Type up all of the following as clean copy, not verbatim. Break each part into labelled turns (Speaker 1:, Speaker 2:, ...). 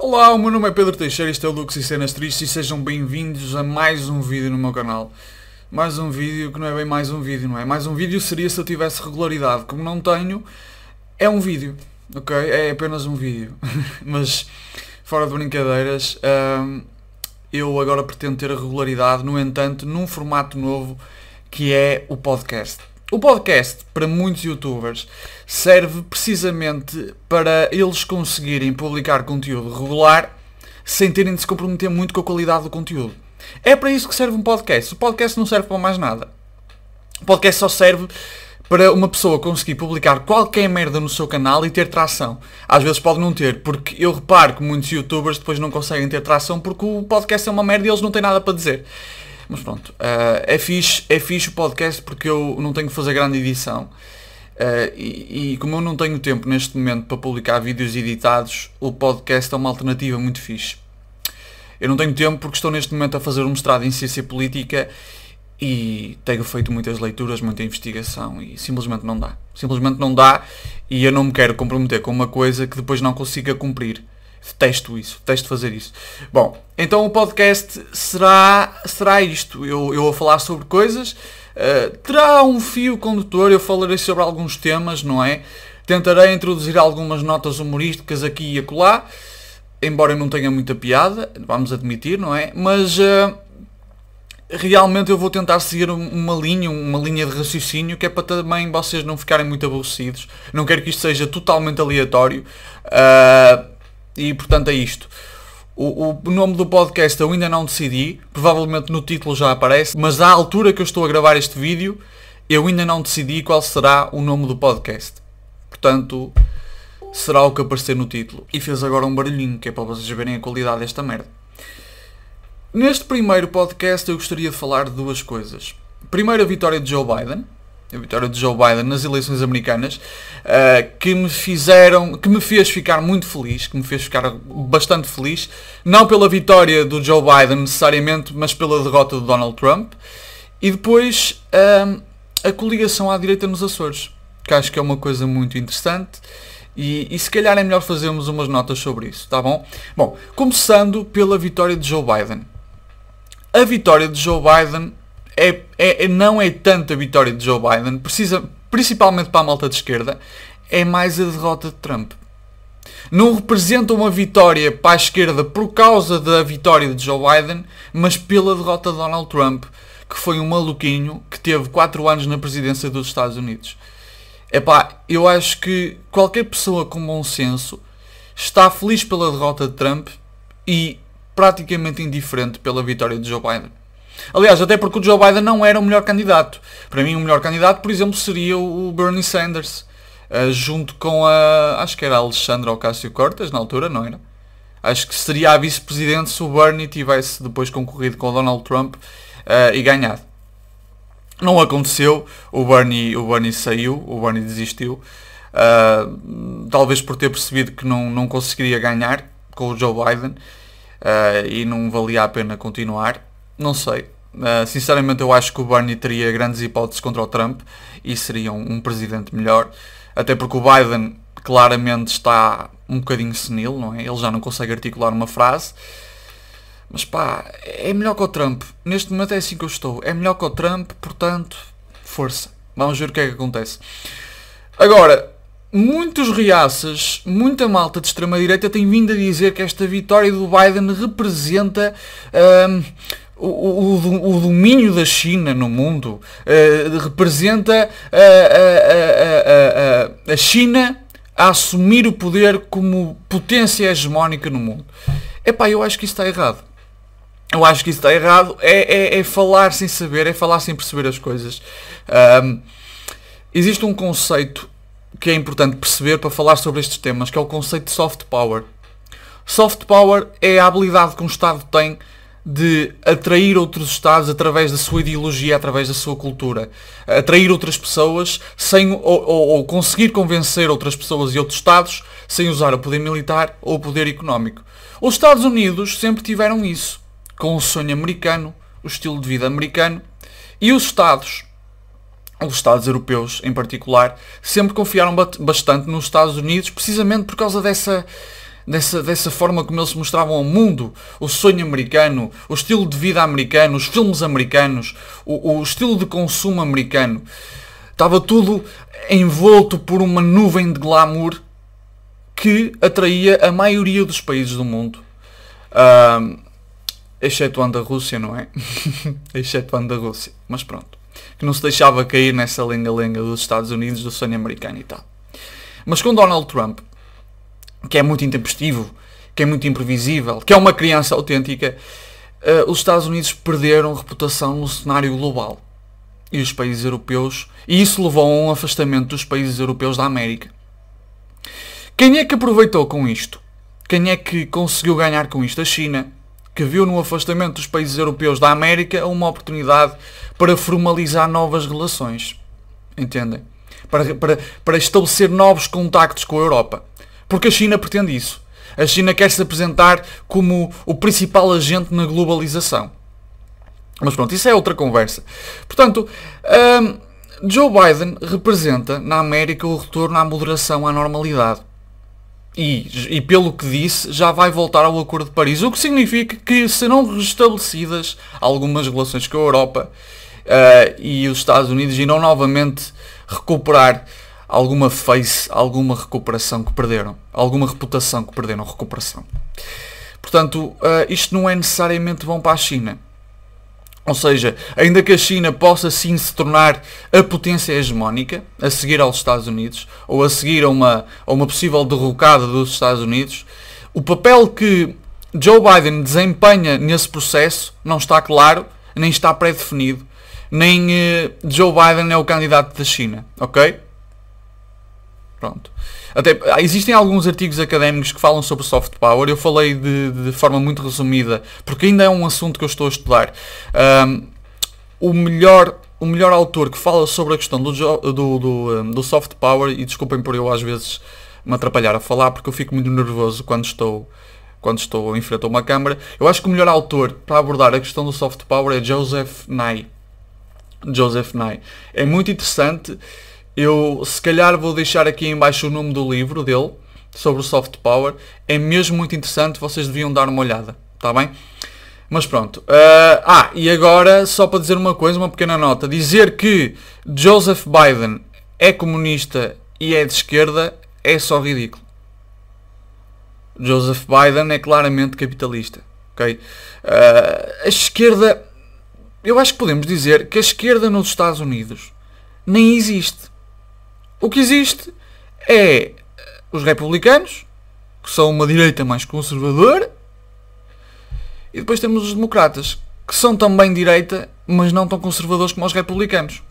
Speaker 1: Olá, o meu nome é Pedro Teixeira, isto é o Lux e Cenas Tristes e sejam bem-vindos a mais um vídeo no meu canal. Mais um vídeo que não é bem mais um vídeo, não é? Mais um vídeo seria se eu tivesse regularidade, como não tenho, é um vídeo, ok? É apenas um vídeo. Mas, fora de brincadeiras, eu agora pretendo ter a regularidade, no entanto, num formato novo que é o podcast. O podcast, para muitos youtubers, serve precisamente para eles conseguirem publicar conteúdo regular sem terem de se comprometer muito com a qualidade do conteúdo. É para isso que serve um podcast. O podcast não serve para mais nada. O podcast só serve para uma pessoa conseguir publicar qualquer merda no seu canal e ter tração. Às vezes pode não ter, porque eu reparo que muitos youtubers depois não conseguem ter tração porque o podcast é uma merda e eles não têm nada para dizer. Mas pronto, é fixe o podcast porque eu não tenho que fazer grande edição. E como eu não tenho tempo neste momento para publicar vídeos editados, o podcast é uma alternativa muito fixe. Eu não tenho tempo porque estou neste momento a fazer um mestrado em Ciência Política e tenho feito muitas leituras, muita investigação e simplesmente não dá. Simplesmente não dá e eu não me quero comprometer com uma coisa que depois não consiga cumprir. Detesto fazer isso. Bom, então o podcast será isto. Eu vou falar sobre coisas, terá um fio condutor, eu falarei sobre alguns temas, não é? Tentarei introduzir algumas notas humorísticas aqui e acolá, embora eu não tenha muita piada, vamos admitir, não é? Mas realmente eu vou tentar seguir uma linha de raciocínio que é para também vocês não ficarem muito aborrecidos. Não quero que isto seja totalmente aleatório. E portanto é isto. O nome do podcast eu ainda não decidi, provavelmente no título já aparece, mas à altura que eu estou a gravar este vídeo, eu ainda não decidi qual será o nome do podcast. Portanto, será o que aparecer no título. E fez agora um barulhinho, que é para vocês verem a qualidade desta merda. Neste primeiro podcast eu gostaria de falar de duas coisas. Primeiro, a vitória de Joe Biden. A vitória de Joe Biden nas eleições americanas, que me fez ficar muito feliz, que me fez ficar bastante feliz, não pela vitória do Joe Biden necessariamente, mas pela derrota do Donald Trump. E depois a coligação à direita nos Açores, que acho que é uma coisa muito interessante e se calhar é melhor fazermos umas notas sobre isso, tá bom? Bom, começando pela vitória de Joe Biden. A vitória de Joe Biden não é tanto a vitória de Joe Biden, principalmente para a malta de esquerda, é mais a derrota de Trump. Não representa uma vitória para a esquerda por causa da vitória de Joe Biden, mas pela derrota de Donald Trump, que foi um maluquinho que teve 4 anos na presidência dos Estados Unidos. Eu acho que qualquer pessoa com bom senso está feliz pela derrota de Trump e praticamente indiferente pela vitória de Joe Biden. Aliás, até porque o Joe Biden não era o melhor candidato. Para mim, o melhor candidato, por exemplo, seria o Bernie Sanders, junto com acho que era a Alexandra Ocasio-Cortez, na altura, não era? Acho que seria a vice-presidente se o Bernie tivesse depois concorrido com o Donald Trump e ganhado. Não aconteceu, o Bernie saiu, o Bernie desistiu, talvez por ter percebido que não conseguiria ganhar com o Joe Biden e não valia a pena continuar. Não sei. Sinceramente eu acho que o Bernie teria grandes hipóteses contra o Trump e seria um presidente melhor. Até porque o Biden claramente está um bocadinho senil, não é? Ele já não consegue articular uma frase. Mas é melhor que o Trump. Neste momento é assim que eu estou. É melhor que o Trump, portanto, força. Vamos ver o que é que acontece. Agora, muitos reaças, muita malta de extrema-direita tem vindo a dizer que esta vitória do Biden representa o domínio da China no mundo, representa a China a assumir o poder como potência hegemónica no mundo. Eu acho que isso está errado. Eu acho que isso está errado. É falar sem saber, é falar sem perceber as coisas. Existe um conceito que é importante perceber para falar sobre estes temas, que é o conceito de soft power. Soft power é a habilidade que um Estado tem de atrair outros Estados através da sua ideologia, através da sua cultura. Atrair outras pessoas ou conseguir convencer outras pessoas e outros Estados sem usar o poder militar ou o poder económico. Os Estados Unidos sempre tiveram isso, com o sonho americano, o estilo de vida americano, e os Estados europeus em particular, sempre confiaram bastante nos Estados Unidos, precisamente por causa dessa forma como eles se mostravam ao mundo, o sonho americano, o estilo de vida americano, os filmes americanos, o estilo de consumo americano. Estava tudo envolto por uma nuvem de glamour que atraía a maioria dos países do mundo. Excetuando a Rússia, não é? Excetuando a Rússia. Mas pronto. Que não se deixava cair nessa lenga-lenga dos Estados Unidos, do sonho americano e tal. Mas com Donald Trump, que é muito intempestivo, que é muito imprevisível, que é uma criança autêntica, os Estados Unidos perderam reputação no cenário global. E os países europeus... E isso levou a um afastamento dos países europeus da América. Quem é que aproveitou com isto? Quem é que conseguiu ganhar com isto? A China, que viu no afastamento dos países europeus da América uma oportunidade para formalizar novas relações. Entendem? Para estabelecer novos contactos com a Europa. Porque a China pretende isso. A China quer se apresentar como o principal agente na globalização. Mas pronto, isso é outra conversa. Portanto, Joe Biden representa na América o retorno à moderação, à normalidade. E pelo que disse, já vai voltar ao Acordo de Paris. O que significa que serão restabelecidas algumas relações com a Europa e os Estados Unidos irão novamente recuperar alguma face, alguma recuperação que perderam. Alguma reputação que perderam, recuperação. Portanto, isto não é necessariamente bom para a China. Ou seja, ainda que a China possa sim se tornar a potência hegemónica, a seguir aos Estados Unidos, ou a seguir a uma possível derrocada dos Estados Unidos, o papel que Joe Biden desempenha nesse processo não está claro, nem está pré-definido, nem Joe Biden é o candidato da China, ok? Pronto. Até, existem alguns artigos académicos que falam sobre soft power. Eu falei de forma muito resumida, porque ainda é um assunto que eu estou a estudar. O melhor autor que fala sobre a questão do soft power, e desculpem por eu às vezes me atrapalhar a falar, porque eu fico muito nervoso quando estou em frente a uma câmara. Eu acho que o melhor autor para abordar a questão do soft power é Joseph Nye. Joseph Nye. É muito interessante. Eu, se calhar, vou deixar aqui em baixo o nome do livro dele, sobre o soft power. É mesmo muito interessante, vocês deviam dar uma olhada, está bem? Mas pronto. E agora, só para dizer uma coisa, uma pequena nota. Dizer que Joseph Biden é comunista e é de esquerda é só ridículo. Joseph Biden é claramente capitalista, ok? A esquerda... Eu acho que podemos dizer que a esquerda nos Estados Unidos nem existe. O que existe é os republicanos, que são uma direita mais conservadora, e depois temos os democratas, que são também direita, mas não tão conservadores como os republicanos.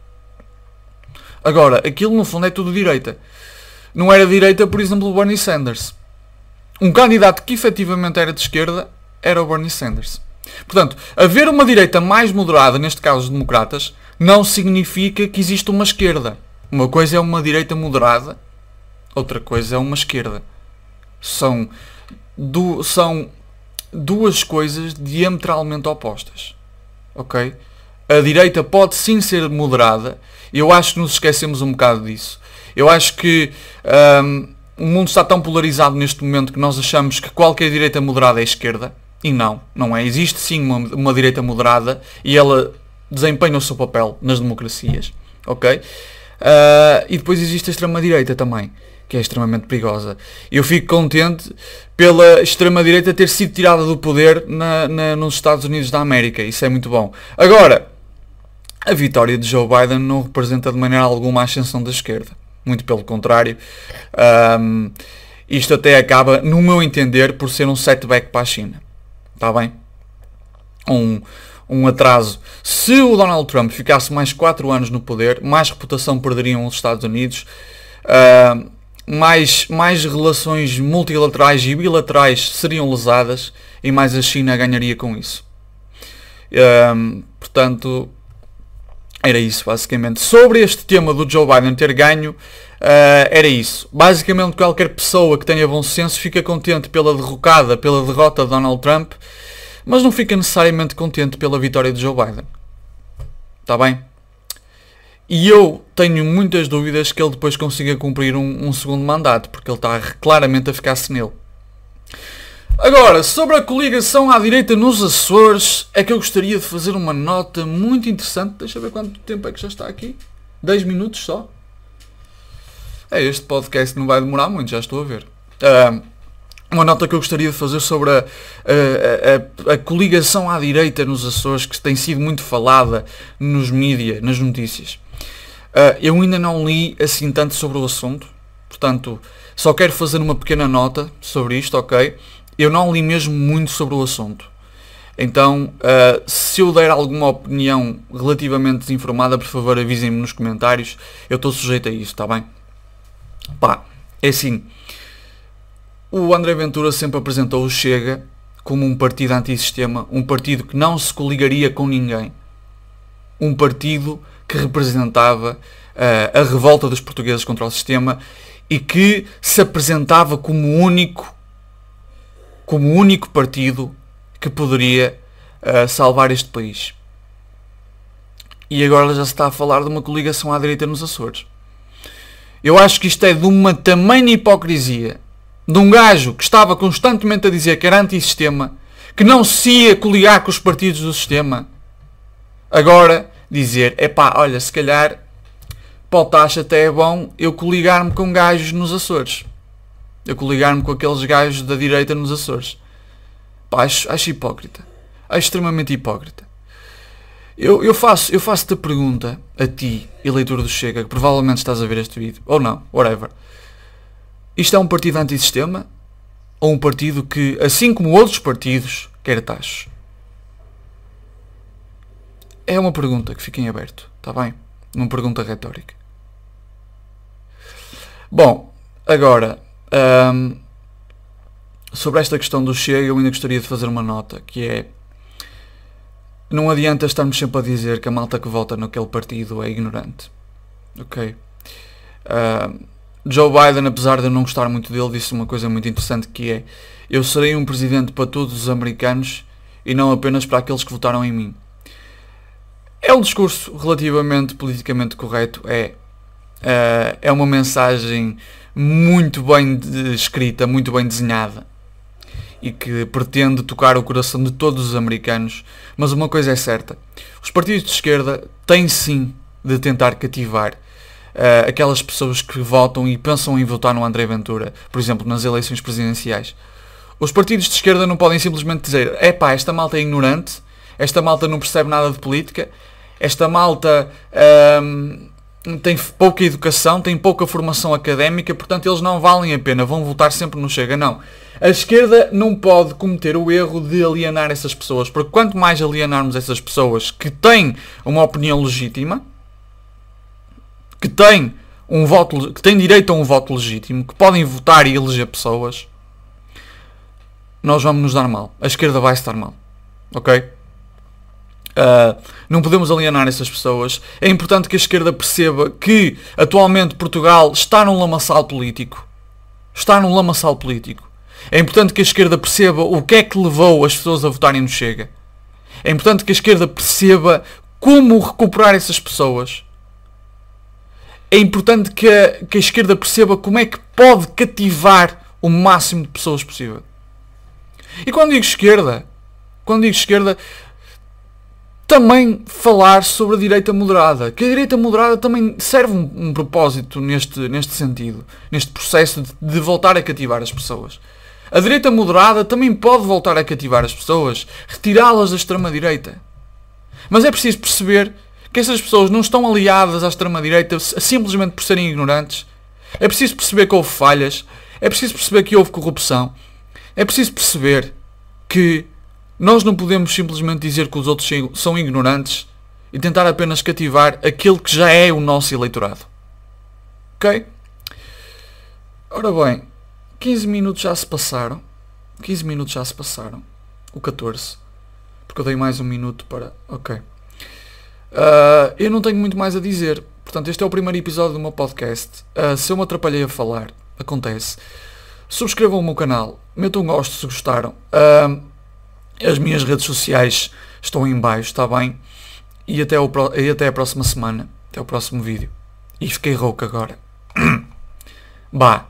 Speaker 1: Agora, aquilo no fundo é tudo direita. Não era direita, por exemplo, o Bernie Sanders. Um candidato que efetivamente era de esquerda era o Bernie Sanders. Portanto, haver uma direita mais moderada, neste caso os democratas, não significa que existe uma esquerda. Uma coisa é uma direita moderada, outra coisa é uma esquerda. São duas coisas diametralmente opostas. Ok? A direita pode sim ser moderada. Eu acho que nos esquecemos um bocado disso. Eu acho que o mundo está tão polarizado neste momento que nós achamos que qualquer direita moderada é esquerda. E não é. Existe sim uma direita moderada e ela desempenha o seu papel nas democracias. Ok? E depois existe a extrema-direita também, que é extremamente perigosa. Eu fico contente pela extrema-direita ter sido tirada do poder nos Estados Unidos da América. Isso é muito bom. Agora, a vitória de Joe Biden não representa de maneira alguma a ascensão da esquerda. Muito pelo contrário. Isto até acaba, no meu entender, por ser um setback para a China. Está bem? Um atraso. Se o Donald Trump ficasse mais 4 anos no poder, mais reputação perderiam os Estados Unidos, mais relações multilaterais e bilaterais seriam lesadas e mais a China ganharia com isso. Portanto, era isso basicamente. Sobre este tema do Joe Biden ter ganho, era isso. Basicamente qualquer pessoa que tenha bom senso fica contente pela derrota de Donald Trump, mas não fica necessariamente contente pela vitória de Joe Biden. Está bem? E eu tenho muitas dúvidas que ele depois consiga cumprir um segundo mandato, porque ele está claramente a ficar senil. Agora, sobre a coligação à direita nos Açores, é que eu gostaria de fazer uma nota muito interessante. Deixa eu ver quanto tempo é que já está aqui. 10 minutos só. Este podcast não vai demorar muito, já estou a ver. Uma nota que eu gostaria de fazer sobre a coligação à direita nos Açores, que tem sido muito falada nos mídias, nas notícias. Eu ainda não li assim tanto sobre o assunto, portanto, só quero fazer uma pequena nota sobre isto, ok? Eu não li mesmo muito sobre o assunto. Então, se eu der alguma opinião relativamente desinformada, por favor avisem-me nos comentários. Eu estou sujeito a isso, está bem? Pá, é assim. O André Ventura sempre apresentou o Chega como um partido antissistema, um partido que não se coligaria com ninguém. Um partido que representava a revolta dos portugueses contra o sistema e que se apresentava como o único partido que poderia salvar este país. E agora já se está a falar de uma coligação à direita nos Açores. Eu acho que isto é de uma tamanha hipocrisia de um gajo que estava constantemente a dizer que era antissistema, que não se ia coligar com os partidos do sistema. Agora dizer, olha, se calhar para o Taxa até é bom eu coligar-me com gajos nos Açores. Eu coligar-me com aqueles gajos da direita nos Açores. Acho hipócrita. Acho extremamente hipócrita. Eu faço-te a pergunta a ti, eleitor do Chega, que provavelmente estás a ver este vídeo, ou não, whatever. Isto é um partido antissistema? Ou um partido que, assim como outros partidos, quer taxas? É uma pergunta que fica em aberto, está bem? Uma pergunta retórica. Bom, agora, sobre esta questão do Chega, eu ainda gostaria de fazer uma nota, que é: não adianta estarmos sempre a dizer que a malta que vota naquele partido é ignorante. Ok? Joe Biden, apesar de eu não gostar muito dele, disse uma coisa muito interessante, que é: eu serei um presidente para todos os americanos e não apenas para aqueles que votaram em mim. É um discurso relativamente politicamente correto, é uma mensagem muito bem escrita, muito bem desenhada e que pretende tocar o coração de todos os americanos. Mas uma coisa é certa: os partidos de esquerda têm sim de tentar cativar aquelas pessoas que votam e pensam em votar no André Ventura, por exemplo, nas eleições presidenciais. Os partidos de esquerda não podem simplesmente dizer: esta malta é ignorante, esta malta não percebe nada de política, esta malta tem pouca educação, tem pouca formação académica, portanto eles não valem a pena, vão votar sempre no Chega. Não. A esquerda não pode cometer o erro de alienar essas pessoas, porque quanto mais alienarmos essas pessoas que têm uma opinião legítima, que têm direito a um voto legítimo, que podem votar e eleger pessoas, nós vamos nos dar mal. A esquerda vai estar mal. Ok? Não podemos alienar essas pessoas. É importante que a esquerda perceba que atualmente Portugal está num lamaçal político. É importante que a esquerda perceba o que é que levou as pessoas a votarem no Chega. É importante que a esquerda perceba como recuperar essas pessoas. É importante que a esquerda perceba como é que pode cativar o máximo de pessoas possível. E quando digo esquerda, também falar sobre a direita moderada. Que a direita moderada também serve um propósito neste sentido. Neste processo de voltar a cativar as pessoas. A direita moderada também pode voltar a cativar as pessoas. Retirá-las da extrema-direita. Mas é preciso perceber que essas pessoas não estão aliadas à extrema-direita simplesmente por serem ignorantes. É preciso perceber que houve falhas. É preciso perceber que houve corrupção. É preciso perceber que nós não podemos simplesmente dizer que os outros são ignorantes e tentar apenas cativar aquele que já é o nosso eleitorado. Ok? Ora bem, 15 minutos já se passaram. O 14. Porque eu dei mais um minuto para... Ok. Eu não tenho muito mais a dizer. Portanto, este é o primeiro episódio do meu podcast. Se eu me atrapalhei a falar, acontece. Subscrevam o meu canal. Metam um gosto se gostaram. As minhas redes sociais estão em baixo, está bem? E até a próxima semana. Até o próximo vídeo. E fiquei rouco agora. Bah.